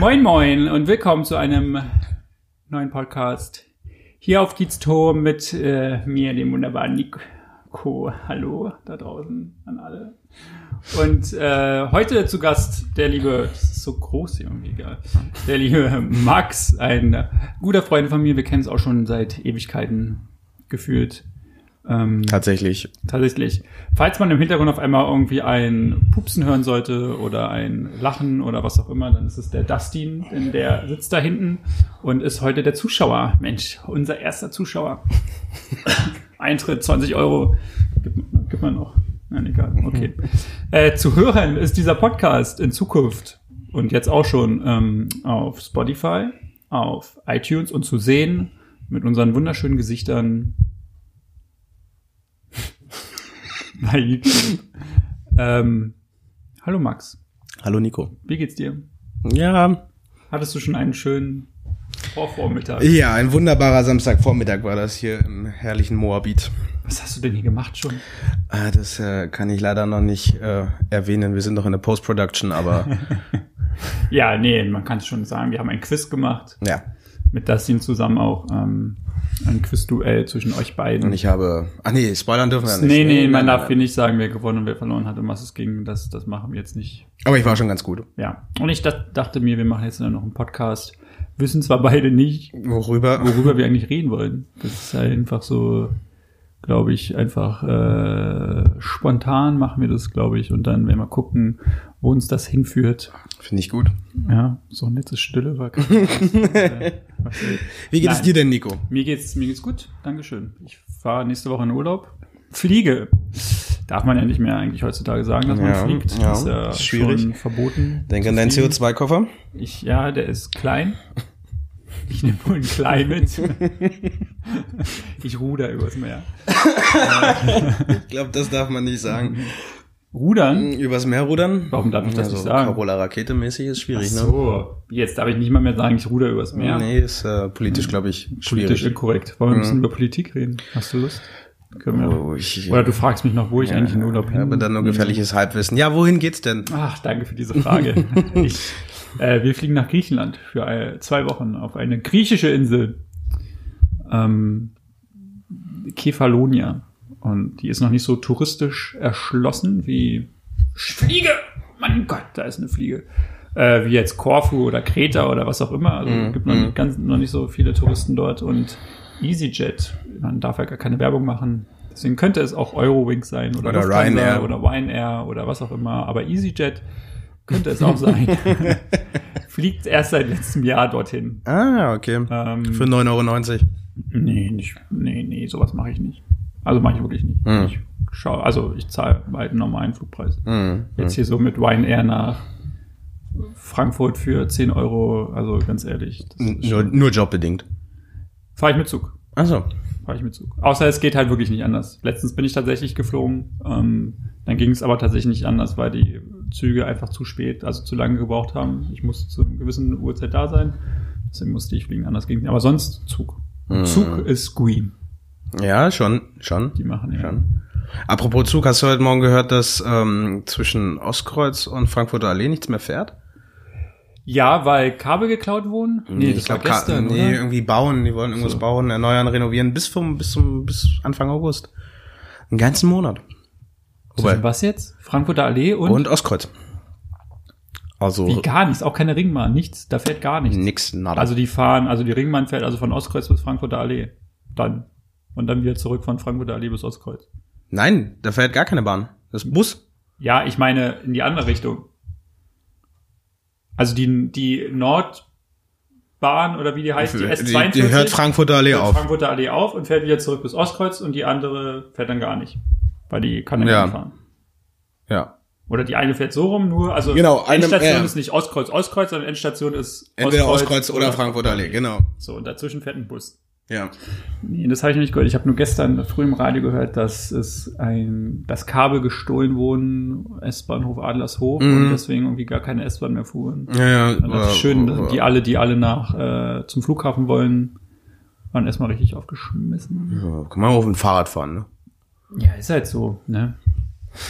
Moin Moin und willkommen zu einem neuen Podcast hier auf Kiezturm mit mir, dem wunderbaren Nico. Hallo da draußen an alle. Und heute zu Gast der liebe, das ist so groß hier irgendwie, egal, der liebe Max, ein guter Freund von mir. Wir kennen es auch schon seit Ewigkeiten gefühlt. Tatsächlich. Falls man im Hintergrund auf einmal irgendwie ein Pupsen hören sollte oder ein Lachen oder was auch immer, dann ist es der Dustin, denn der sitzt da hinten und ist heute der Zuschauer. Mensch, unser erster Zuschauer. Eintritt 20 €. Gibt man noch. Nein, egal. Okay. Zu hören ist dieser Podcast in Zukunft und jetzt auch schon auf Spotify, auf iTunes und zu sehen mit unseren wunderschönen Gesichtern bei YouTube. Hallo Max. Hallo Nico. Wie geht's dir? Ja. Hattest du schon einen schönen Vormittag? Ja, ein wunderbarer Samstagvormittag war das hier im herrlichen Moabit. Was hast du denn hier gemacht schon? Das kann ich leider noch nicht erwähnen. Wir sind noch in der Post-Production, aber... Ja, nee, man kann es schon sagen. Wir haben ein Quiz gemacht. Ja. Mit Dustin zusammen auch ein Quiz-Duell zwischen euch beiden. Und ich habe... Ach nee, spoilern dürfen wir nicht. Nee, man darf hier nicht sagen, wer gewonnen und wer verloren hat und was es ging. Das machen wir jetzt nicht. Aber ich war schon ganz gut. Ja, und ich dachte mir, wir machen jetzt noch einen Podcast. Wissen zwar beide nicht, Worüber wir eigentlich reden wollen. Das ist halt einfach so, glaube ich, einfach spontan machen wir das, glaube ich. Und dann werden wir gucken, wo uns das hinführt. Finde ich gut. Ja, so eine nette Stille war. Wie geht es dir denn, Nico? Mir geht's gut, Dankeschön. Ich fahre nächste Woche in Urlaub. Fliege. Darf man ja nicht mehr eigentlich heutzutage sagen, dass man fliegt. Ja, das ist ja schwierig. Schon verboten. Denk an deinen CO2-Koffer. Ja, der ist klein. Ich nehme wohl einen klein mit. Ich ruder übers Meer. Ich glaube, das darf man nicht sagen. Rudern? Übers Meer rudern? Warum darf ich das nicht sagen? Carola-Rakete-mäßig ist schwierig, Ach so. Jetzt darf ich nicht mal mehr sagen, ich ruder übers Meer. Nee, ist politisch, glaube ich, schwierig. Politisch inkorrekt. Wollen wir ein bisschen über Politik reden? Hast du Lust? Oder du fragst mich noch, wo ich eigentlich in Urlaub hin. Aber dann nur gefährliches Halbwissen. Ja, wohin geht's denn? Ach, danke für diese Frage. Wir fliegen nach Griechenland für 2 Wochen auf eine griechische Insel. Kefalonia. Und die ist noch nicht so touristisch erschlossen wie Fliege. Mein Gott, da ist eine Fliege. Wie jetzt Korfu oder Kreta oder was auch immer. Also gibt noch nicht so viele Touristen dort. Und EasyJet, man darf ja gar keine Werbung machen. Deswegen könnte es auch Eurowings sein oder Ryanair oder Ryanair oder was auch immer. Aber EasyJet könnte es auch sein. Fliegt erst seit letztem Jahr dorthin. Ah, okay. Für 9,90 €. Nee, sowas mache ich nicht. Also mache ich wirklich nicht. Ich zahle halt einen normalen Flugpreis. Jetzt hier so mit Ryanair nach Frankfurt für 10 €, also ganz ehrlich. Nur jobbedingt. Fahre ich mit Zug. Ach so. Außer es geht halt wirklich nicht anders. Letztens bin ich tatsächlich geflogen. Dann ging es aber tatsächlich nicht anders, weil die Züge einfach zu spät, also zu lange gebraucht haben. Ich musste zu einer gewissen Uhrzeit da sein. Deswegen musste ich fliegen, anders ging es nicht. Aber sonst Zug. Zug ist green. Ja, schon. Die machen ja. Schon. Apropos Zug, hast du heute Morgen gehört, dass zwischen Ostkreuz und Frankfurter Allee nichts mehr fährt? Ja, weil Kabel geklaut wurden? Nee, das war gestern, oder? Nee, irgendwie bauen. Die wollen irgendwas bauen, erneuern, renovieren bis Anfang August. Einen ganzen Monat. Was jetzt? Frankfurter Allee und Ostkreuz. Also. Wie gar nichts? Auch keine Ringbahn, nichts? Da fährt gar nichts. Nix, nada. Also die Ringbahn fährt also von Ostkreuz bis Frankfurter Allee. Dann. Und dann wieder zurück von Frankfurter Allee bis Ostkreuz. Nein, da fährt gar keine Bahn. Das ist Bus. Ja, ich meine in die andere Richtung. Also die Nordbahn oder wie die heißt, die S42. Die hört Frankfurter Allee auf. Frankfurter Allee auf und fährt wieder zurück bis Ostkreuz und die andere fährt dann gar nicht. Weil die kann dann nicht fahren. Ja. Oder die eine fährt so rum, nur, also genau, Endstation ist nicht Ostkreuz, sondern Endstation ist entweder Ostkreuz oder Frankfurter Allee, genau. So, und dazwischen fährt ein Bus. Ja. Nee, das habe ich noch nicht gehört. Ich habe nur gestern früh im Radio gehört, dass das Kabel gestohlen wurden, S-Bahnhof Adlershof, und deswegen irgendwie gar keine S-Bahn mehr fuhren. Ja. Das ist schön, die alle nach zum Flughafen wollen, waren erstmal richtig aufgeschmissen. Ja, kann man auch auf dem Fahrrad fahren, ne? Ja, ist halt so, ne?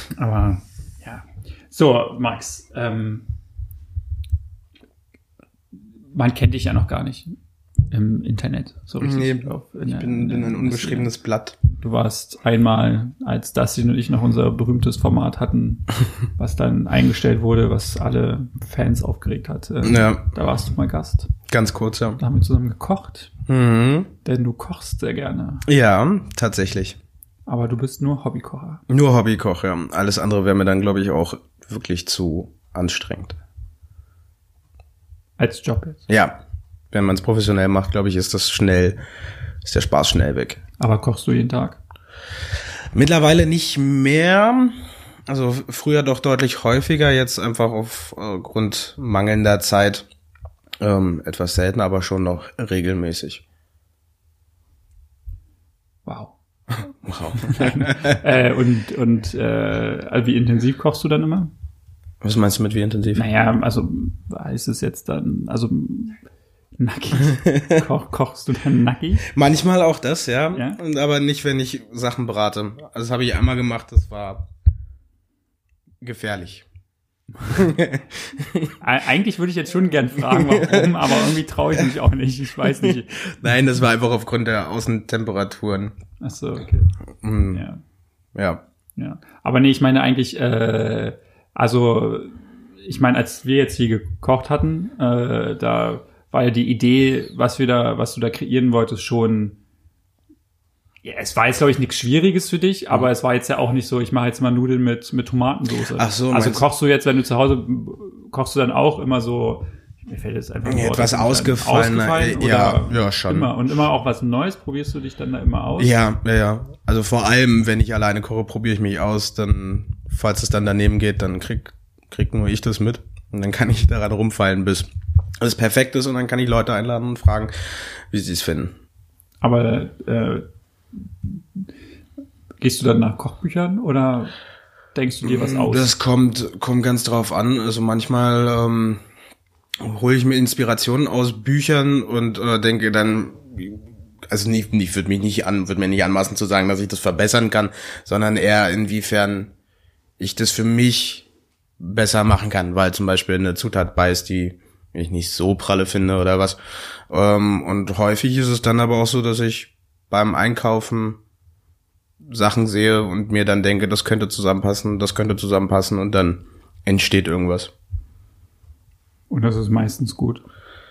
Aber, ja. So, Max, man kennt dich ja noch gar nicht im Internet. So richtig. Nee, ich bin ein unbeschriebenes Blatt. Du warst einmal, als Dustin und ich noch unser berühmtes Format hatten, was dann eingestellt wurde, was alle Fans aufgeregt hat. Da warst du mal Gast. Ganz kurz, ja. Da haben wir zusammen gekocht. Denn du kochst sehr gerne. Ja, tatsächlich. Aber du bist nur Hobbykocher. Nur Hobbykoch, ja. Alles andere wäre mir dann, glaube ich, auch wirklich zu anstrengend. Als Job jetzt? Ja. Wenn man es professionell macht, glaube ich, ist der Spaß schnell weg. Aber kochst du jeden Tag? Mittlerweile nicht mehr. Also früher doch deutlich häufiger, jetzt einfach aufgrund mangelnder Zeit etwas seltener, aber schon noch regelmäßig. Wow. Wow. Also wie intensiv kochst du dann immer? Was meinst du mit wie intensiv? Naja, also heißt es jetzt dann, also nackig? Kochst du dann nackig? Manchmal auch das, ja. Aber nicht, wenn ich Sachen berate. Also das habe ich einmal gemacht, das war gefährlich. Eigentlich würde ich jetzt schon gern fragen, warum, aber irgendwie traue ich mich auch nicht. Ich weiß nicht. Nein, das war einfach aufgrund der Außentemperaturen. Ach so, okay. Ja. Aber nee, ich meine eigentlich, also ich meine, als wir jetzt hier gekocht hatten, da war ja die Idee, was du da kreieren wolltest, schon. Ja, es war jetzt, glaube ich, nichts Schwieriges für dich, aber es war jetzt ja auch nicht so, ich mache jetzt mal Nudeln mit Tomatensauce. Ach so. Also kochst du jetzt, wenn du zu Hause kochst du dann auch immer so, mir fällt jetzt einfach nur etwas ausgefallen ja, schon. Immer auch was Neues, probierst du dich dann da immer aus? Ja. Also vor allem, wenn ich alleine koche, probiere ich mich aus, dann, falls es dann daneben geht, dann krieg nur ich das mit und dann kann ich daran rumfallen, bis es perfekt ist und dann kann ich Leute einladen und fragen, wie sie es finden. Aber gehst du dann nach Kochbüchern oder denkst du dir was aus? Das kommt ganz drauf an. Also manchmal hole ich mir Inspirationen aus Büchern und denke dann, also würde mir nicht anmaßen zu sagen, dass ich das verbessern kann, sondern eher inwiefern ich das für mich besser machen kann, weil zum Beispiel eine Zutat bei ist, die ich nicht so pralle finde oder was. Und häufig ist es dann aber auch so, dass ich beim Einkaufen Sachen sehe und mir dann denke, das könnte zusammenpassen und dann entsteht irgendwas. Und das ist meistens gut.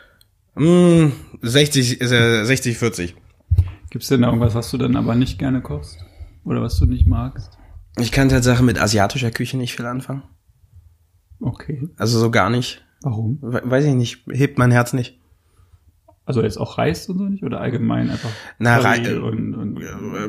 60-40. Gibt's denn da irgendwas, was du dann aber nicht gerne kochst? Oder was du nicht magst? Ich kann tatsächlich mit asiatischer Küche nicht viel anfangen. Okay. Also so gar nicht. Warum? Weiß ich nicht. Hebt mein Herz nicht. Also jetzt auch Reis und so nicht? Oder allgemein einfach Reis und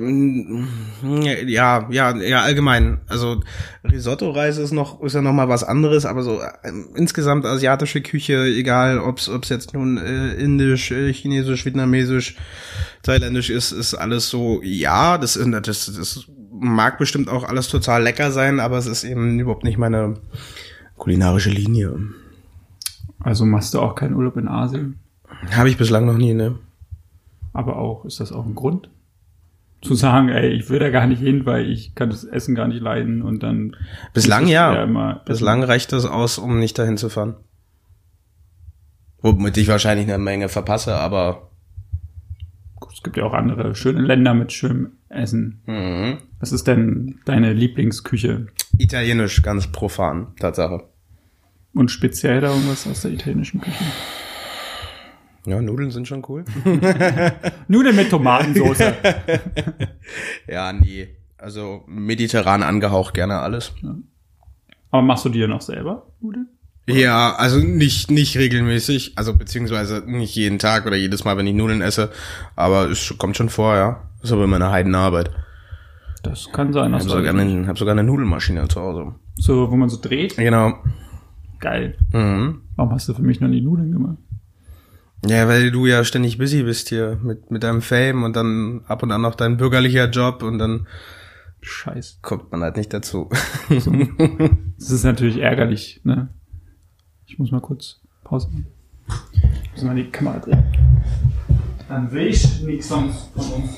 ja, allgemein. Also Risotto-Reis ist ja noch mal was anderes, aber so insgesamt asiatische Küche, egal ob's jetzt nun indisch, chinesisch, vietnamesisch, thailändisch ist alles so, ja, das mag bestimmt auch alles total lecker sein, aber es ist eben überhaupt nicht meine kulinarische Linie. Also machst du auch keinen Urlaub in Asien? Habe ich bislang noch nie, ne? Aber auch, ist das auch ein Grund? Zu sagen, ey, ich will da gar nicht hin, weil ich kann das Essen gar nicht leiden und dann... Bislang ja. Bislang reicht das aus, um nicht dahin zu fahren. Womit ich wahrscheinlich eine Menge verpasse, aber... Es gibt ja auch andere schöne Länder mit schönem Essen. Mhm. Was ist denn deine Lieblingsküche? Italienisch, ganz profan, Tatsache. Und speziell da irgendwas aus der italienischen Küche? Ja, Nudeln sind schon cool. Nudeln mit Tomatensauce. Ja, nee. Also mediterran angehaucht, gerne alles. Ja. Aber machst du dir noch selber Nudeln? Ja, also nicht regelmäßig, also beziehungsweise nicht jeden Tag oder jedes Mal, wenn ich Nudeln esse, aber es kommt schon vor, ja. Das ist aber immer eine Heidenarbeit. Das kann sein. Ich hab sogar eine Nudelmaschine zu Hause. So, wo man so dreht? Genau. Geil. Mhm. Warum hast du für mich noch nie Nudeln gemacht? Ja, weil du ja ständig busy bist hier mit deinem Fame und dann ab und an noch dein bürgerlicher Job und dann Scheiße. Kommt man halt nicht dazu. So. Das ist natürlich ärgerlich, ne? Ich muss mal kurz Pause machen. Ich muss mal die Kamera drehen. Dann sehe ich nichts sonst von uns.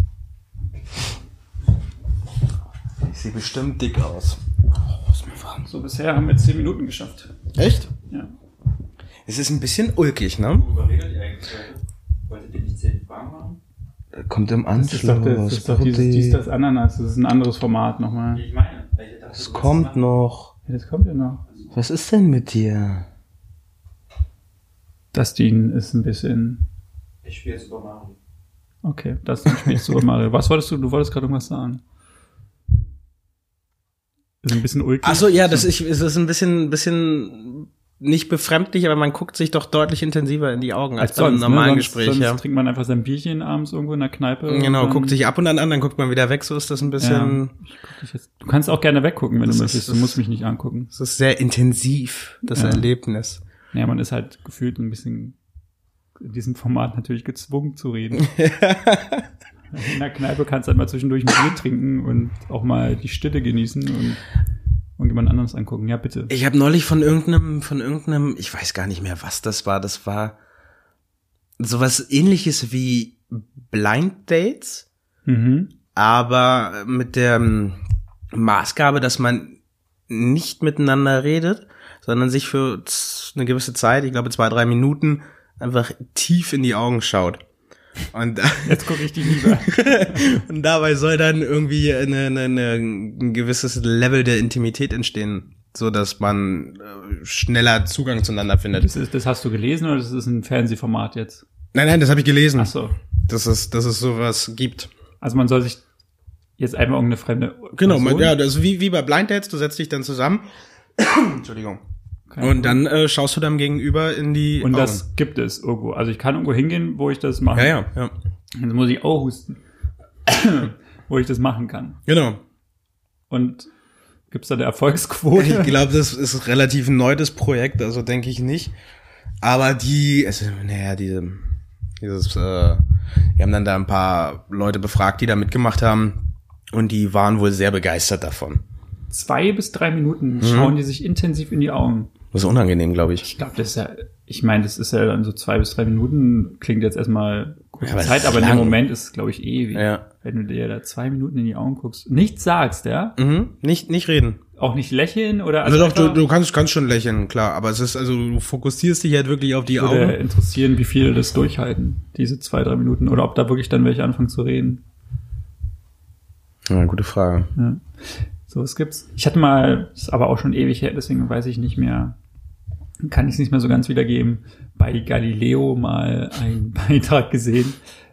Ich sehe bestimmt dick aus. Oh, ist mir warm. So, bisher haben wir 10 Minuten geschafft. Echt? Ja. Es ist ein bisschen ulkig, ne? Worüber redet ihr eigentlich? Wolltet ihr nicht 10 Fragen machen? Kommt im Anschluss. Das ist doch dieses das Ananas. Das ist ein anderes Format nochmal. Ich meine, Es kommt noch. Ja, das kommt ja noch. Was ist denn mit dir? Dustin ist ein bisschen... ich spiele Super Mario. Okay, Dustin spielt Super Mario. Was wolltest du? Du wolltest gerade irgendwas sagen. Ist ein bisschen ulkig. Ach so, ja, es ist ein bisschen nicht befremdlich, aber man guckt sich doch deutlich intensiver in die Augen als bei einem normalen Gespräch. Sonst trinkt man einfach sein Bierchen abends irgendwo in der Kneipe. Genau, guckt sich ab und an, dann guckt man wieder weg. So ist das ein bisschen... Ja, du kannst auch gerne weggucken, wenn du möchtest. Du musst mich nicht angucken. Es ist sehr intensiv, das Erlebnis. Ja, man ist halt gefühlt ein bisschen in diesem Format natürlich gezwungen zu reden. In der Kneipe kannst du halt mal zwischendurch ein Bier trinken und auch mal die Stille genießen und jemand anderes angucken. Ja, bitte. Ich habe neulich von irgendeinem, ich weiß gar nicht mehr, was das war. Das war sowas Ähnliches wie Blind Dates, aber mit der Maßgabe, dass man nicht miteinander redet, sondern sich für eine gewisse Zeit, ich glaube 2-3 Minuten, einfach tief in die Augen schaut. Und jetzt gucke ich die lieber. Und dabei soll dann irgendwie ein gewisses Level der Intimität entstehen, so dass man schneller Zugang zueinander findet. Das hast du gelesen oder das ist ein Fernsehformat jetzt? Nein, das habe ich gelesen. Ach so. Dass es sowas gibt. Also man soll sich jetzt einfach irgendeine fremde Genau, das ist wie bei Blind Dates, du setzt dich dann zusammen. Entschuldigung. Und dann schaust du dem Gegenüber in die Augen. Und das gibt es irgendwo. Also ich kann irgendwo hingehen, wo ich das mache. Ja. Jetzt muss ich auch husten. Wo ich das machen kann. Genau. Und gibt's da eine Erfolgsquote? Ich glaube, das ist relativ neu, das Projekt, also denke ich nicht. Aber die haben dann da ein paar Leute befragt, die da mitgemacht haben. Und die waren wohl sehr begeistert davon. 2 bis 3 Minuten schauen die sich intensiv in die Augen. Das ist unangenehm, glaube ich. Ich glaube, das ist ja dann so 2 bis 3 Minuten, klingt jetzt erstmal kurze Zeit, aber in dem Moment ist es, glaube ich, ewig. Ja. Wenn du dir da 2 Minuten in die Augen guckst, nichts sagst, ja? Nicht reden. Auch nicht lächeln oder? Also doch, du kannst schon lächeln, klar, aber es ist, also du fokussierst dich halt wirklich auf die Augen. Würde interessieren, wie viele das durchhalten, diese 2-3 Minuten, oder ob da wirklich dann welche anfangen zu reden. Ja, gute Frage. Ja. So, es gibt's. Ich hatte mal, ist aber auch schon ewig her, deswegen weiß ich nicht mehr, kann ich es nicht mehr so ganz wiedergeben, bei Galileo mal einen Beitrag gesehen.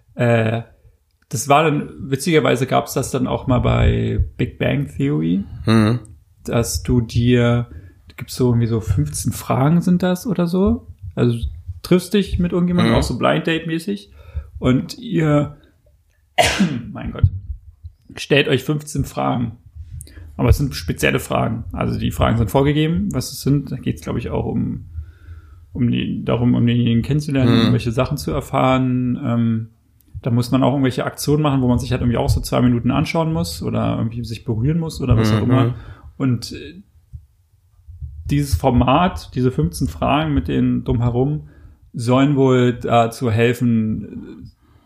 Das war dann, witzigerweise gab es das dann auch mal bei Big Bang Theory, dass du gibt's so irgendwie so 15 Fragen sind das oder so. Also du triffst dich mit irgendjemandem, auch so Blind Date mäßig, und ihr, mein Gott, stellt euch 15 Fragen. Aber es sind spezielle Fragen. Also die Fragen sind vorgegeben, was es sind. Da geht es, glaube ich, auch um denjenigen kennenzulernen, irgendwelche Sachen zu erfahren. Da muss man auch irgendwelche Aktionen machen, wo man sich halt irgendwie auch so 2 Minuten anschauen muss oder irgendwie sich berühren muss oder was auch immer. Und dieses Format, diese 15 Fragen mit den drumherum, sollen wohl dazu helfen,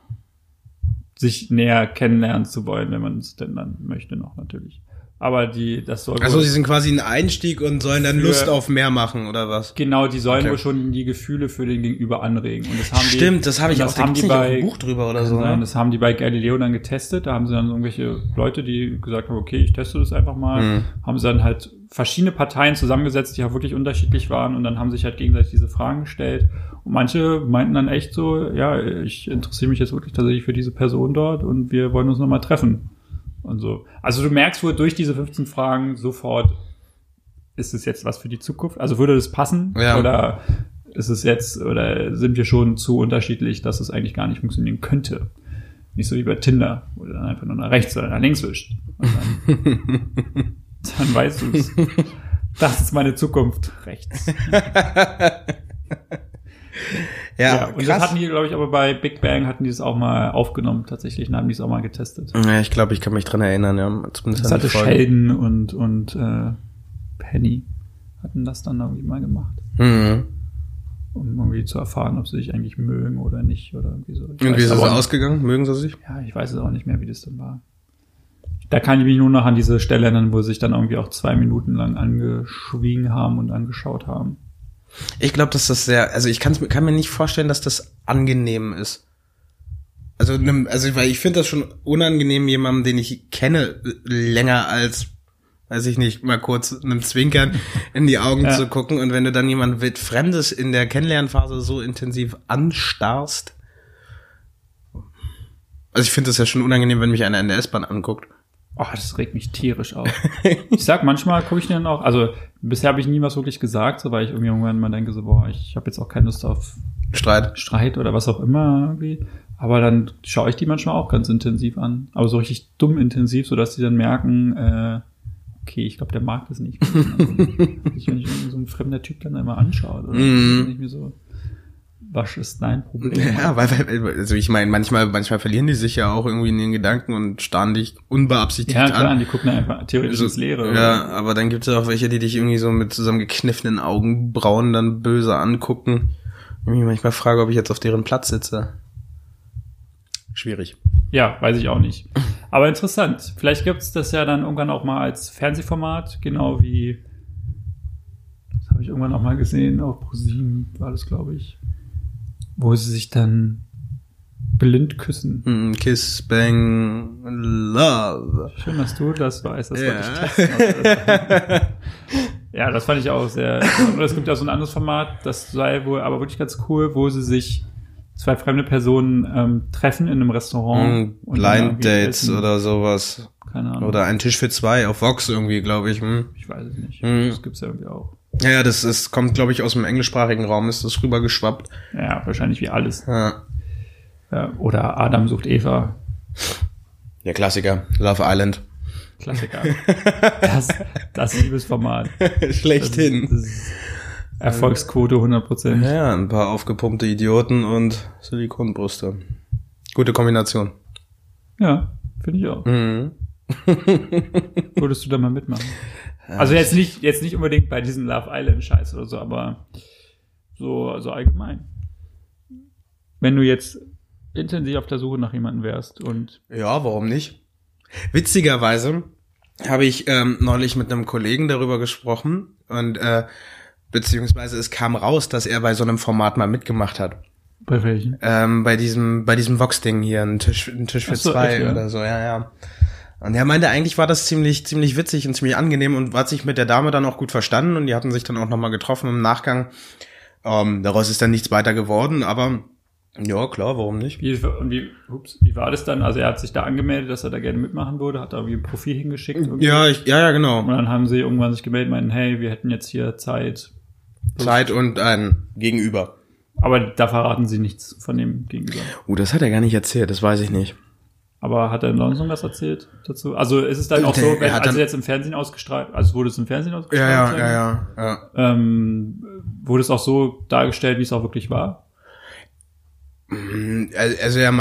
sich näher kennenlernen zu wollen, wenn man es denn dann möchte noch natürlich. Aber das soll also sie sind quasi ein Einstieg und sollen dann Lust auf mehr machen, oder was? Genau, die sollen wohl schon die Gefühle für den Gegenüber anregen. Und das haben das habe ich auch, da gibt's nicht auch ein Buch drüber oder so. Nein, das haben die bei Galileo dann getestet. Da haben sie dann irgendwelche Leute, die gesagt haben, okay, ich teste das einfach mal. Haben sie dann halt verschiedene Parteien zusammengesetzt, die auch wirklich unterschiedlich waren, und dann haben sich halt gegenseitig diese Fragen gestellt. Und manche meinten dann echt so, ja, ich interessiere mich jetzt wirklich tatsächlich für diese Person dort und wir wollen uns nochmal treffen. Und so. Also du merkst wohl durch diese 15 Fragen sofort, ist es jetzt was für die Zukunft? Also würde das passen? Ja. Oder ist es jetzt, oder sind wir schon zu unterschiedlich, dass es eigentlich gar nicht funktionieren könnte? Nicht so wie bei Tinder, wo du dann einfach nur nach rechts oder nach links wischt. Und dann weißt du es. Das ist meine Zukunft. Rechts. Ja, und krass. Das hatten die, glaube ich, aber bei Big Bang hatten die es auch mal aufgenommen, tatsächlich, und haben die es auch mal getestet. Ja, ich glaube, ich kann mich dran erinnern, ja. Zumindest das hatte Sheldon und Penny hatten das dann irgendwie mal gemacht. Um irgendwie zu erfahren, ob sie sich eigentlich mögen oder nicht, oder irgendwie so. Und wie ist das ausgegangen? Mögen sie sich? Ja, ich weiß es auch nicht mehr, wie das dann war. Da kann ich mich nur noch an diese Stelle erinnern, wo sie sich dann irgendwie auch 2 Minuten lang angeschwiegen haben und angeschaut haben. Ich glaube, dass das also ich kann mir nicht vorstellen, dass das angenehm ist. Also weil ich finde das schon unangenehm, jemandem, den ich kenne, länger als, weiß ich nicht, mal kurz einem Zwinkern in die Augen zu gucken. Und wenn du dann jemand Wildfremdes in der Kennenlernphase so intensiv anstarrst. Also ich finde das ja schon unangenehm, wenn mich einer in der S-Bahn anguckt. Oh, das regt mich tierisch auf. Ich sag, manchmal gucke ich dann auch, also bisher habe ich nie was wirklich gesagt, so, weil ich irgendwie irgendwann mal denke, so, boah, ich habe jetzt auch keine Lust auf Streit oder was auch immer irgendwie. Aber dann schaue ich die manchmal auch ganz intensiv an. Aber so richtig dumm intensiv, sodass die dann merken, okay, ich glaube, der mag das nicht. Also, wenn ich irgendwie so ein fremder Typ dann immer anschaue, oder bin ich mir so, was ist dein Problem? Ja, weil also ich meine, manchmal verlieren die sich ja auch irgendwie in den Gedanken und starren dich unbeabsichtigt an. Ja, klar, die gucken einfach theoretisch ins Leere. Ja, oder? Aber dann gibt es auch welche, die dich irgendwie so mit zusammengekniffenen Augenbrauen dann böse angucken. Ich mich manchmal frage, ob ich jetzt auf deren Platz sitze. Schwierig. Ja, weiß ich auch nicht. Aber interessant. Vielleicht gibt's das ja dann irgendwann auch mal als Fernsehformat, genau wie, das habe ich irgendwann auch mal gesehen, auf ProSieben war das, glaube ich, wo sie sich dann blind küssen. Kiss, Bang, Love. Schön, dass du das weißt. Das wollte ich testen. Ja, das fand ich auch sehr. Oder es gibt ja so ein anderes Format, das sei wohl aber wirklich ganz cool, wo sie sich 2 fremde Personen treffen in einem Restaurant. Blind Dates oder sowas. Keine Ahnung. Oder ein Tisch für 2 auf Vox irgendwie, glaube ich. Ich weiß es nicht. Das gibt's ja irgendwie auch. Ja, das kommt, glaube ich, aus dem englischsprachigen Raum, ist das rübergeschwappt. Ja, wahrscheinlich wie alles. Ja. Oder Adam sucht Eva. Der Klassiker, Love Island. Klassiker. Das Liebesformat. Schlechthin. Das ist Erfolgsquote 100%. Ja, ein paar aufgepumpte Idioten und Silikonbrüste. Gute Kombination. Ja, finde ich auch. Würdest du da mal mitmachen? Also jetzt nicht unbedingt bei diesem Love Island Scheiß oder so, aber so allgemein. Wenn du jetzt intensiv auf der Suche nach jemandem wärst und... Ja, warum nicht? Witzigerweise habe ich neulich mit einem Kollegen darüber gesprochen und beziehungsweise es kam raus, dass er bei so einem Format mal mitgemacht hat. Bei welchem? Bei diesem Vox-Ding hier, ein Tisch für 2 echt, oder so, ja. Und er meinte, eigentlich war das ziemlich witzig und ziemlich angenehm und hat sich mit der Dame dann auch gut verstanden und die hatten sich dann auch nochmal getroffen im Nachgang. Daraus ist dann nichts weiter geworden, aber ja, klar, warum nicht? Wie war das dann? Also er hat sich da angemeldet, dass er da gerne mitmachen würde, hat da irgendwie ein Profil hingeschickt. Irgendwie. Ja, genau. Und dann haben sie irgendwann sich gemeldet, meinen, hey, wir hätten jetzt hier Zeit und ein Gegenüber. Aber da verraten sie nichts von dem Gegenüber. Das hat er gar nicht erzählt, das weiß ich nicht. Aber hat er in London was erzählt dazu? Also ist es dann auch so, wenn also jetzt im Fernsehen ausgestrahlt, also wurde es im Fernsehen ausgestrahlt? Ja. Wurde es auch so dargestellt, wie es auch wirklich war? Also er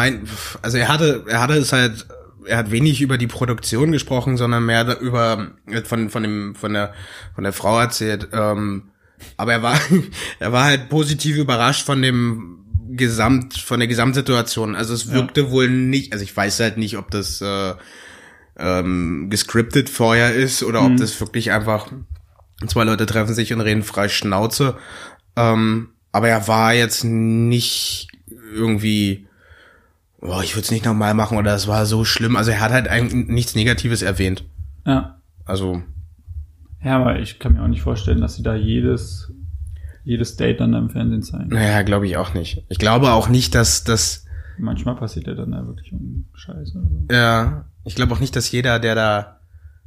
hat wenig über die Produktion gesprochen, sondern mehr über von der Frau erzählt. Aber er war halt positiv überrascht von der Gesamtsituation. Also es wirkte wohl nicht, also ich weiß halt nicht, ob das gescriptet vorher ist oder ob das wirklich einfach 2 Leute treffen sich und reden frei Schnauze. Aber er war jetzt nicht irgendwie, ich würde es nicht nochmal machen oder es war so schlimm. Also er hat halt eigentlich nichts Negatives erwähnt. Ja. Also. Ja, aber ich kann mir auch nicht vorstellen, dass sie da jedes Date dann im Fernsehen zeigen. Naja, glaube ich auch nicht. Ich glaube auch nicht, dass manchmal passiert ja dann da wirklich um Scheiße. Oder so. Ja, ich glaube auch nicht, dass jeder, der da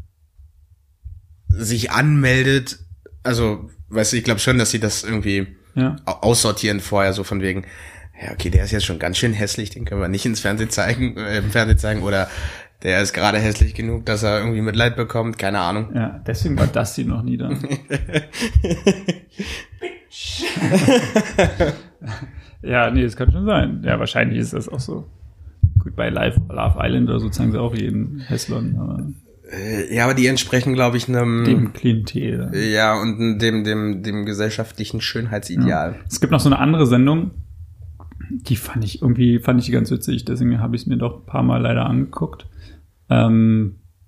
sich anmeldet, also, weißt du, ich glaube schon, dass sie das irgendwie aussortieren vorher, so von wegen, ja, okay, der ist jetzt schon ganz schön hässlich, den können wir nicht im Fernsehen zeigen, oder der ist gerade hässlich genug, dass er irgendwie Mitleid bekommt, keine Ahnung. Ja, deswegen war das hier noch nie da. Ja, nee, das kann schon sein. Ja, wahrscheinlich ist das auch so. Gut, bei Love Island oder so zeigen sie auch jeden Hässlern, aber... Ja, aber die entsprechen, glaube ich, dem Klientel. Ja, und dem gesellschaftlichen Schönheitsideal. Ja. Es gibt noch so eine andere Sendung, die fand ich ganz witzig, deswegen habe ich es mir doch ein paar Mal leider angeguckt.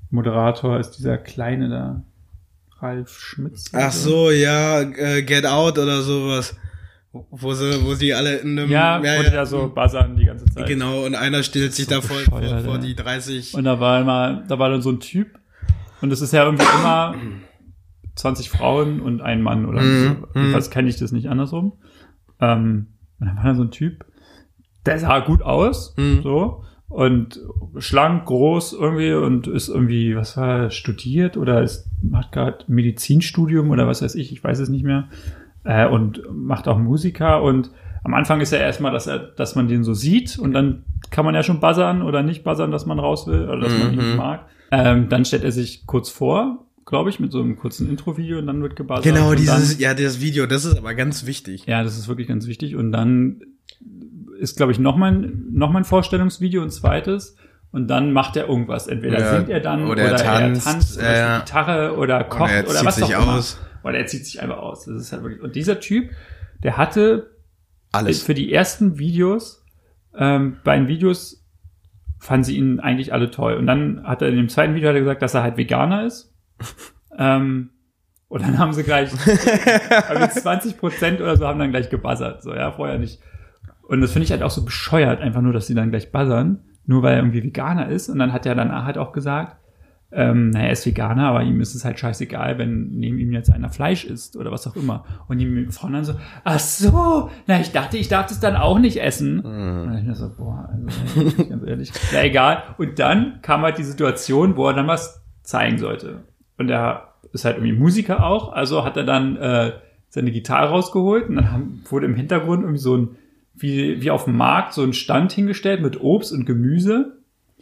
Moderator ist dieser Kleine da. Ralf Schmitz. Ach so, ja, Get Out oder sowas. Wo sie alle in einem... Ja, wo die so buzzern die ganze Zeit. Genau, und einer stellt sich So da vor die 30... Und da war dann so ein Typ. Und es ist ja irgendwie immer 20 Frauen und ein Mann oder so. Jedenfalls kenne ich das nicht andersrum. Und dann war da so ein Typ, der sah gut aus, so. Und schlank, groß irgendwie und ist irgendwie, was war er, studiert oder macht gerade Medizinstudium oder was weiß ich weiß es nicht mehr. Und macht auch Musiker und am Anfang ist ja erstmal, dass man den so sieht und dann kann man ja schon buzzern oder nicht buzzern, dass man raus will oder dass man ihn nicht mag. Dann stellt er sich kurz vor, glaube ich, mit so einem kurzen Intro-Video und dann wird gebuzzert. Genau, das Video, das ist aber ganz wichtig. Ja, das ist wirklich ganz wichtig und dann ist, glaube ich, noch mal ein Vorstellungsvideo, ein zweites und dann macht er irgendwas. Entweder singt er dann oder er tanzt oder die Gitarre oder kocht oder was auch immer. Oder er zieht sich einfach aus. Das ist halt wirklich. Und dieser Typ, der hatte alles für die ersten Videos, bei den Videos fanden sie ihn eigentlich alle toll. Und dann hat er in dem zweiten Video gesagt, dass er halt Veganer ist. Und dann haben sie gleich 20% oder so haben dann gleich gebuzzert. So, ja, vorher nicht. Und das finde ich halt auch so bescheuert, einfach nur, dass sie dann gleich buzzern, nur weil er irgendwie Veganer ist. Und dann hat er danach halt auch gesagt, er ist Veganer, aber ihm ist es halt scheißegal, wenn neben ihm jetzt einer Fleisch isst oder was auch immer. Und die Frauen dann so, ach so, na, ich dachte, ich darf das dann auch nicht essen. Und dann ich mir so, boah, also, ganz ehrlich, ja, egal. Und dann kam halt die Situation, wo er dann was zeigen sollte. Und er ist halt irgendwie Musiker auch, also hat er dann seine Gitarre rausgeholt und dann wurde im Hintergrund irgendwie so ein, wie auf dem Markt, so ein Stand hingestellt mit Obst und Gemüse.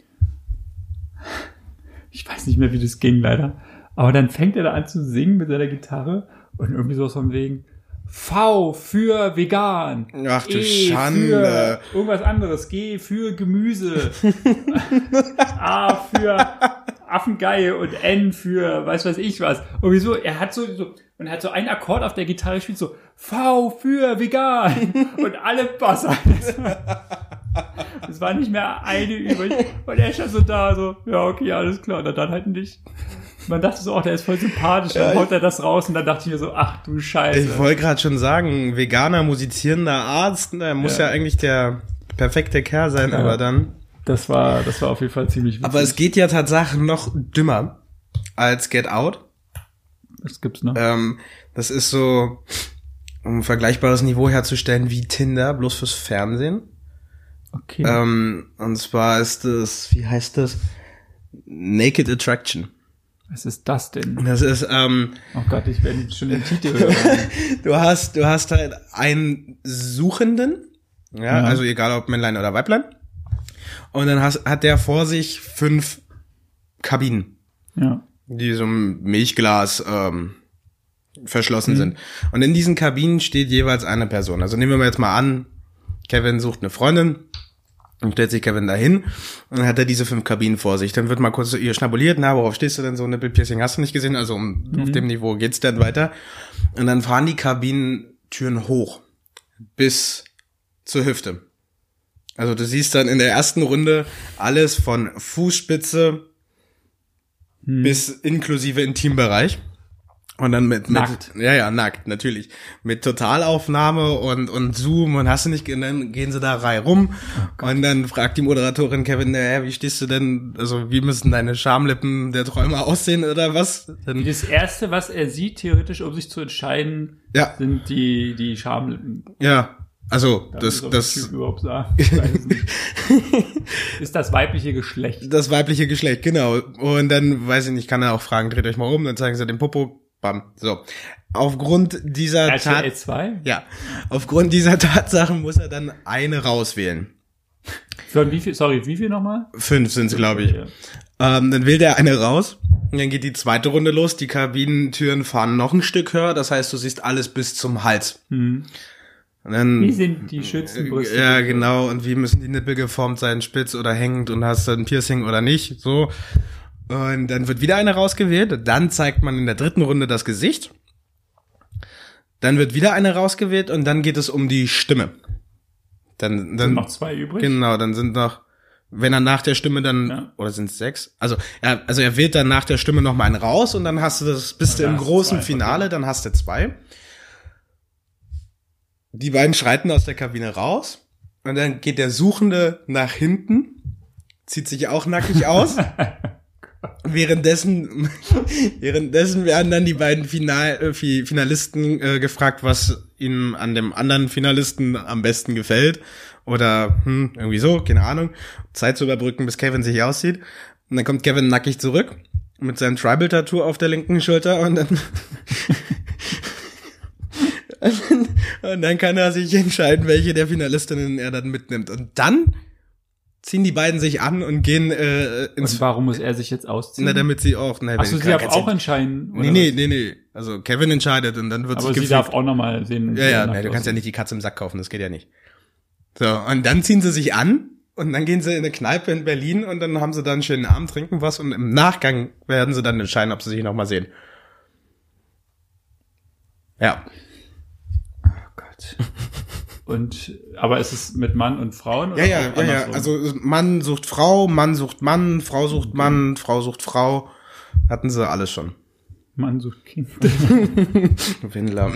Ich weiß nicht mehr, wie das ging, leider. Aber dann fängt er da an zu singen mit seiner Gitarre und irgendwie sowas von wegen V für vegan. Ach du Schande. Für irgendwas anderes. G für Gemüse. A für Affengeil und N für weiß ich was. Irgendwie so, er hat so einen Akkord auf der Gitarre spielt so V für vegan und alle buzzern. Es war nicht mehr eine übrig. Und er stand so da, so, ja, okay, alles klar. Und dann halt nicht. Man dachte so, der ist voll sympathisch. Dann haut er das raus und dann dachte ich mir so, ach du Scheiße. Ich wollte gerade schon sagen, veganer, musizierender Arzt, der muss ja eigentlich der perfekte Kerl sein, aber dann... Das war auf jeden Fall ziemlich witzig. Aber es geht ja tatsächlich noch dümmer als Get Out. Was gibt's noch? Das ist so, um ein vergleichbares Niveau herzustellen wie Tinder, bloß fürs Fernsehen. Okay. Und zwar ist das, wie heißt das? Naked Attraction. Was ist das denn? Das ist, oh Gott, ich werde schon den Titel hören. Du hast halt einen Suchenden, ja, also egal ob Männlein oder Weiblein. Und dann hat der vor sich 5 Kabinen. Ja. Die so im Milchglas, verschlossen sind. Und in diesen Kabinen steht jeweils eine Person. Also nehmen wir mal jetzt mal an, Kevin sucht eine Freundin. Dann stellt sich Kevin dahin und dann hat er diese 5 Kabinen vor sich. Dann wird mal kurz ihr schnabuliert, worauf stehst du denn so? Nippelpiercing hast du nicht gesehen? Also auf dem Niveau geht's dann weiter. Und dann fahren die Kabinentüren hoch bis zur Hüfte. Also du siehst dann in der ersten Runde alles von Fußspitze bis inklusive Intimbereich. Und dann mit nackt. Ja, nackt, natürlich. Mit Totalaufnahme und Zoom und hast du nicht, und dann gehen sie da rum. Und dann fragt die Moderatorin Kevin, wie stehst du denn, also wie müssen deine Schamlippen der Träumer aussehen oder was? Dann das Erste, was er sieht, theoretisch, um sich zu entscheiden, sind die Schamlippen. Ja, also das Typ überhaupt sagen. Ich weiß es nicht. Ist das weibliche Geschlecht. Das weibliche Geschlecht, genau. Und dann, weiß ich nicht, kann er auch fragen, dreht euch mal um, dann zeigen sie den Popo. Bam. So. Aufgrund dieser RTL 2? Ja. Aufgrund dieser Tatsachen muss er dann eine rauswählen. Von wie viel nochmal? 5 sind's, glaube ich. Ja. Dann wählt er eine raus. Und dann geht die zweite Runde los. Die Kabinentüren fahren noch ein Stück höher. Das heißt, du siehst alles bis zum Hals. Und dann, wie sind die Schützenbrüste? Ja, genau. Und wie müssen die Nippel geformt sein? Spitz oder hängend? Und hast du ein Piercing oder nicht? So. Und dann wird wieder eine rausgewählt. Dann zeigt man in der dritten Runde das Gesicht. Dann wird wieder eine rausgewählt und dann geht es um die Stimme. Dann sind noch 2 übrig? Genau, dann sind noch wenn er nach der Stimme dann, oder sind es 6? Also er wählt dann nach der Stimme noch mal einen raus und dann bist du im großen Finale, dann hast du 2. Die beiden schreiten aus der Kabine raus und dann geht der Suchende nach hinten, zieht sich auch nackig aus. Währenddessen werden dann die beiden Finalisten gefragt, was ihnen an dem anderen Finalisten am besten gefällt. Oder irgendwie so, keine Ahnung. Zeit zu überbrücken, bis Kevin sich auszieht. Und dann kommt Kevin nackig zurück mit seinem Tribal-Tattoo auf der linken Schulter und dann kann er sich entscheiden, welche der Finalistinnen er dann mitnimmt. Und dann ziehen die beiden sich an und gehen ins... Und warum muss er sich jetzt ausziehen? Na, damit sie auch... Achso, sie darf auch entscheiden? Oder Nee. Also Kevin entscheidet und dann wird aber sie darf auch nochmal sehen... Ja, du kannst ja nicht die Katze im Sack kaufen, das geht ja nicht. So, und dann ziehen sie sich an und dann gehen sie in eine Kneipe in Berlin und dann haben sie dann einen schönen Abend, trinken was und im Nachgang werden sie dann entscheiden, ob sie sich nochmal sehen. Ja. Oh Gott. Aber ist es mit Mann und Frauen? Oder Ja. Also Mann sucht Frau, Mann sucht Mann, Frau sucht Mann, Frau sucht Frau. Hatten sie alles schon. Mann sucht Kind. Windler.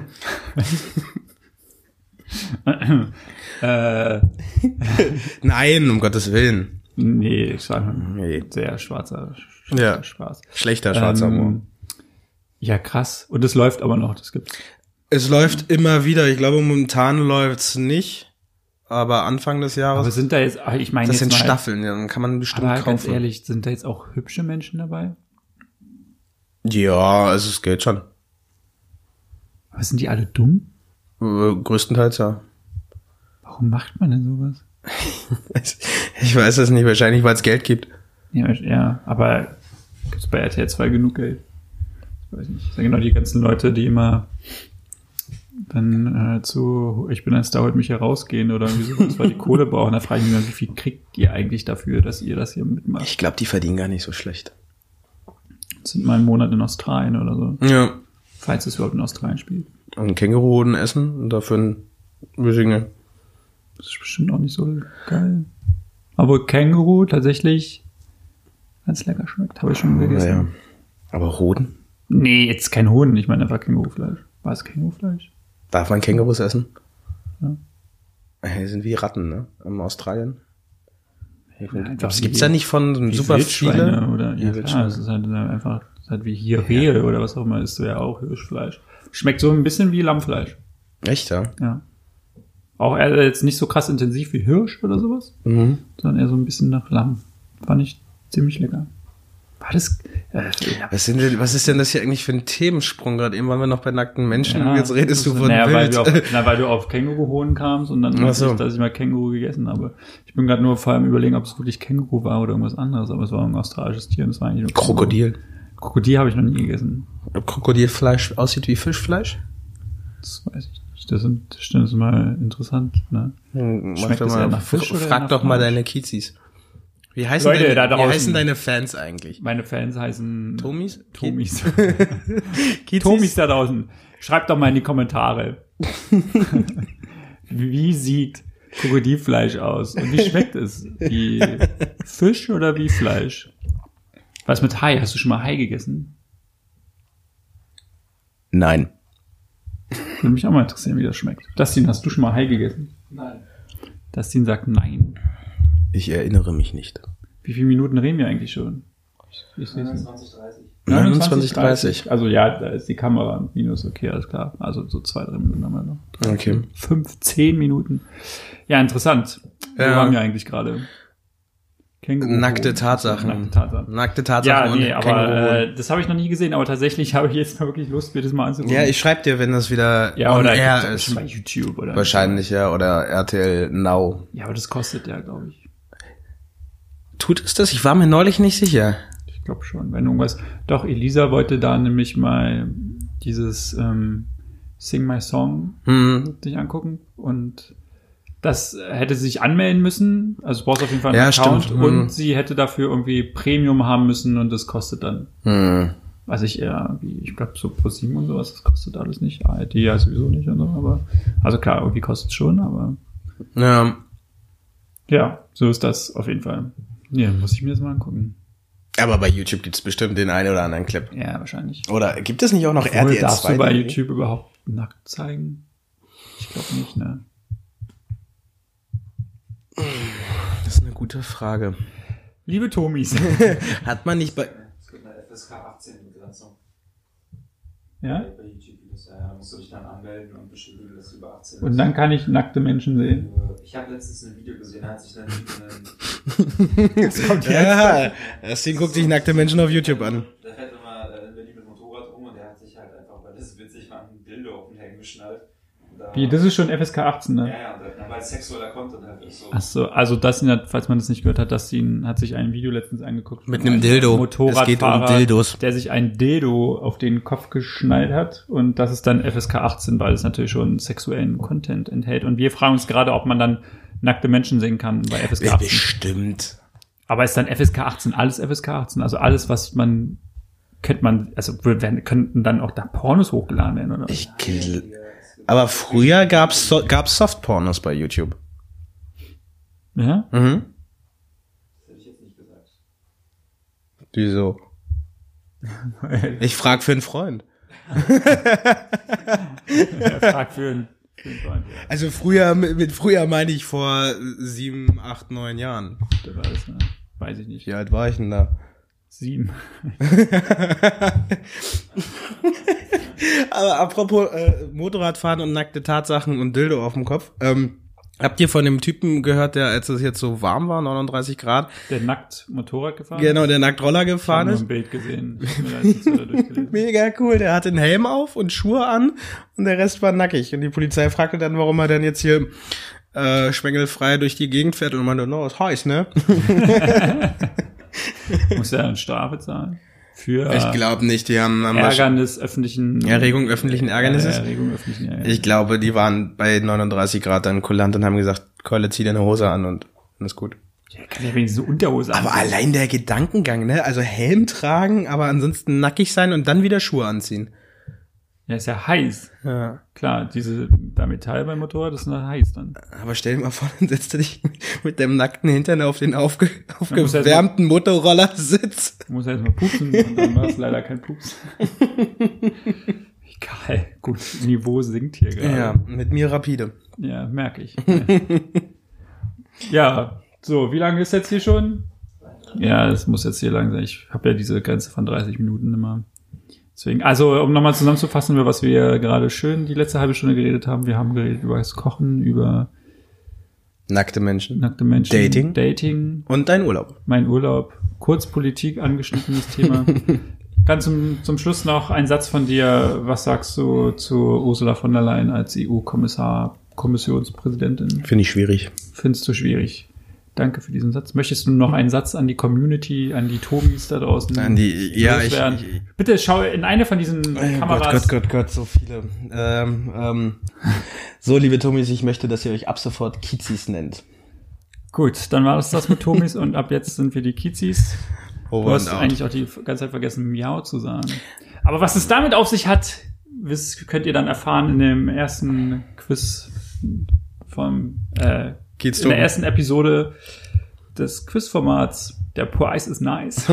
Nein, um Gottes Willen. Nee, sehr schwarzer Spaß. Schlechter schwarzer Humor. Ja, krass. Und es läuft aber noch, das gibt's. Es läuft immer wieder. Ich glaube, momentan läuft's nicht. Aber Anfang des Jahres. Aber sind da jetzt, ich meine, das sind Staffeln, ja, dann kann man bestimmt aber kaufen. Ganz ehrlich, sind da jetzt auch hübsche Menschen dabei? Ja, also es geht schon. Aber sind die alle dumm? Größtenteils, ja. Warum macht man denn sowas? Ich weiß es nicht, wahrscheinlich, weil es Geld gibt. Ja, aber gibt's bei RTL 2 genug Geld? Ich weiß nicht. Das sind genau die ganzen Leute, die immer dann Ich bin ein Star, holt mich herausgehen oder irgendwie sowas, weil die Kohle brauchen. Da frage ich mich mal, wie viel kriegt ihr eigentlich dafür, dass ihr das hier mitmacht? Ich glaube, die verdienen gar nicht so schlecht. Das sind mal einen Monat in Australien oder so. Ja. Falls es überhaupt in Australien spielt. Und Känguruhoden essen und dafür ein Wisinge. Das ist bestimmt auch nicht so geil. Aber Känguru tatsächlich ganz lecker schmeckt. Habe ich schon gegessen. Ja. Aber Hoden? Nee, jetzt kein Hoden. Ich meine einfach Kängurufleisch. War es Kängurufleisch? Darf man Kängurus essen? Ja. Die sind wie Ratten, ne? In Australien. Ja, gibt's da nicht von super viele? Oder? Ja, klar, es ist halt einfach wie hier Rehe oder was auch immer, ist so ja auch Hirschfleisch. Schmeckt so ein bisschen wie Lammfleisch. Echt, ja? Ja. Auch jetzt nicht so krass intensiv wie Hirsch oder sowas, sondern eher so ein bisschen nach Lamm. Fand ich ziemlich lecker. War das... Was ist denn das hier eigentlich für ein Themensprung? Gerade eben waren wir noch bei nackten Menschen und jetzt redest du von Wild. Weil du auf Känguruhoden kamst und dann so. dass ich mal Känguru gegessen habe. Ich bin gerade nur vor allem überlegen, ob es wirklich Känguru war oder irgendwas anderes, aber es war ein australisches Tier und es war eigentlich nur Krokodil. Krokodil habe ich noch nie gegessen. Ob Krokodilfleisch aussieht wie Fischfleisch? Das weiß ich nicht. Das ist mal interessant. Ne? Schmeckt das eher nach Fisch oder frag doch mal deine Kizis. Wie heißen deine Fans eigentlich? Meine Fans heißen... Tomis? Tomis da draußen. Schreibt doch mal in die Kommentare. Wie sieht Krokodilfleisch aus? Und wie schmeckt es? Wie Fisch oder wie Fleisch? Was mit Hai? Hast du schon mal Hai gegessen? Nein. Würde mich auch mal interessieren, wie das schmeckt. Dustin, hast du schon mal Hai gegessen? Nein. Dustin sagt nein. Ich erinnere mich nicht. Wie viele Minuten reden wir eigentlich schon? 29:30. Also ja, da ist die Kamera minus, okay, alles klar. Also so 2-3 Minuten haben wir noch. Okay. 15 Minuten. Ja, interessant. Wo waren wir eigentlich gerade? Nackte Tatsachen. Ja, nee, aber das habe ich noch nie gesehen. Aber tatsächlich habe ich jetzt mal wirklich Lust, mir das mal anzugucken. Ja, ich schreibe dir, wenn das wieder on air ist. Bei YouTube oder wahrscheinlich, ja. Oder RTL Now. Ja, aber das kostet ja, glaube ich. Tut es das? Ich war mir neulich nicht sicher. Ich glaube schon. Wenn irgendwas... Doch, Elisa wollte da nämlich mal dieses Sing My Song sich angucken. Und das hätte sie sich anmelden müssen. Also du brauchst auf jeden Fall einen Account. Stimmt. Und sie hätte dafür irgendwie Premium haben müssen und das kostet dann. Weiß ich eher, ich glaube so Pro7 und sowas, das kostet alles nicht. ARD ja sowieso nicht und so, aber also klar, irgendwie kostet es schon, aber ja. Ja, so ist das auf jeden Fall. Ja, muss ich mir das mal angucken. Aber bei YouTube gibt's bestimmt den einen oder anderen Clip. Ja, wahrscheinlich. Oder gibt es nicht auch noch RTL 2? Darfst du bei YouTube überhaupt nackt zeigen? Ich glaube nicht, ne? Das ist eine gute Frage. Liebe Tomis. Hat man nicht bei... Es gibt eine FSK 18 Begrenzung. Ja? Bei YouTube-Videos, da musst du dich dann anmelden und bestätigen, dass du über 18 bist. Und dann kann ich nackte Menschen sehen. Ich habe letztens ein Video gesehen, da hat sich dann Jetzt kommt Ja, deswegen guckt sich nackte Menschen auf YouTube an. der fährt immer in Berlin mit Motorrad rum und der hat sich halt einfach, weil das ist witzig, mal ein Dildo auf den Helm geschnallt. Wie, das ist schon FSK 18, ne? Ja, und dann weil sexueller Content halt ist so. Ach so, also das, falls man das nicht gehört hat, Dustin hat sich ein Video letztens angeguckt. Mit einem Dildo. Motorradfahrer, Es geht um Dildos. der sich ein Dildo auf den Kopf geschnallt hat. Und das ist dann FSK 18, weil es natürlich schon sexuellen Content enthält. Und wir fragen uns gerade, ob man dann nackte Menschen sehen kann bei FSK 18. Bestimmt. Aber ist dann FSK 18 alles FSK 18? Also alles, was man, könnten dann auch da Pornos hochgeladen werden, oder? Aber früher gab's Softpornos bei YouTube. Ja? Mhm. Das hätte ich jetzt nicht gesagt. Wieso? Ich frag für einen Freund. Frag für einen Freund. Ja. Also früher, mit früher meine ich vor 7, 8, 9 Jahren. Der war das, ne? Weiß ich nicht. Wie alt war ich denn da? 7. Aber apropos Motorradfahren und nackte Tatsachen und Dildo auf dem Kopf. Habt ihr von dem Typen gehört, der, als es jetzt so warm war, 39 Grad? Der nackt Motorrad gefahren? Genau, der nackt Roller gefahren ich ist. habe nur ein Bild gesehen. Ich hab mir das jetzt wieder durchgelesen. Mega cool. Der hatte einen Helm auf und Schuhe an und der Rest war nackig. Und die Polizei fragte dann, warum er denn jetzt hier schwengelfrei durch die Gegend fährt und meinte, no, ist heiß, ne? Muss er eine Strafe zahlen? Für Ich glaube nicht, die haben Ärgernis öffentlichen... Erregung öffentlichen Ärgernisses. Erregung öffentlichen Ärgernisses. Ich glaube, die waren bei 39 Grad dann kulant und haben gesagt, Keule, zieh deine Hose an und ist gut. Ja, kann ja wenigstens so Unterhose Aber anziehen. allein der Gedankengang, ne? Also Helm tragen, aber ansonsten nackig sein und dann wieder Schuhe anziehen. Ja, ist ja heiß. Ja. Klar, da Metall beim Motorrad, das ist noch heiß dann. Aber stell dir mal vor, dann setzt du dich mit dem nackten Hintern auf den muss aufgewärmten Motorroller-Sitz. Du musst ja erstmal pupsen und dann war es leider kein Pups. Egal, gut, Niveau sinkt hier gerade. Ja, mit mir rapide. Ja, merke ich. Ja, so, wie lange ist jetzt hier schon? Ja, es muss jetzt hier lang sein. Ich habe ja diese Grenze von 30 Minuten immer. Deswegen, also um nochmal zusammenzufassen, über was wir gerade schön die letzte halbe Stunde geredet haben. Wir haben geredet über das Kochen, über Nackte Menschen. Dating. Und dein Urlaub. Mein Urlaub. Kurz Politik angeschnittenes Thema. Ganz zum Schluss noch ein Satz von dir. Was sagst du zu Ursula von der Leyen als EU-Kommissionspräsidentin? Finde ich schwierig. Findest du schwierig? Danke für diesen Satz. Möchtest du noch einen Satz an die Community, an die Tobis da draußen? Ja, Bitte schau in eine von diesen Kameras. Gott, so viele. So, liebe Tomis, ich möchte, dass ihr euch ab sofort Kizis nennt. Gut, dann war das mit Tomis und ab jetzt sind wir die Kizis. Over Du hast and out. eigentlich auch die ganze Zeit vergessen, Miau zu sagen. Aber was es damit auf sich hat, könnt ihr dann erfahren in dem ersten Quiz vom Geht's in der ersten Episode des Quizformats. Der Price is nice.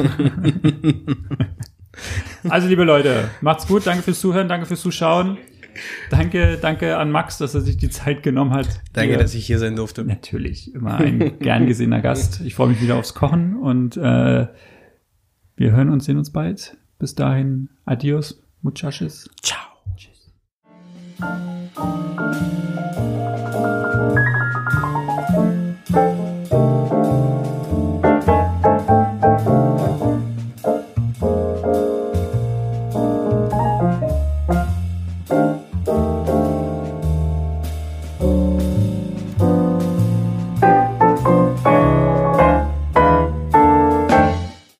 Also, liebe Leute, macht's gut. Danke fürs Zuhören, danke fürs Zuschauen. Danke an Max, dass er sich die Zeit genommen hat. Danke, dass ich hier sein durfte. Natürlich, immer ein gern gesehener Gast. Ich freue mich wieder aufs Kochen und wir hören uns, sehen uns bald. Bis dahin, adios, muchachos. Ciao.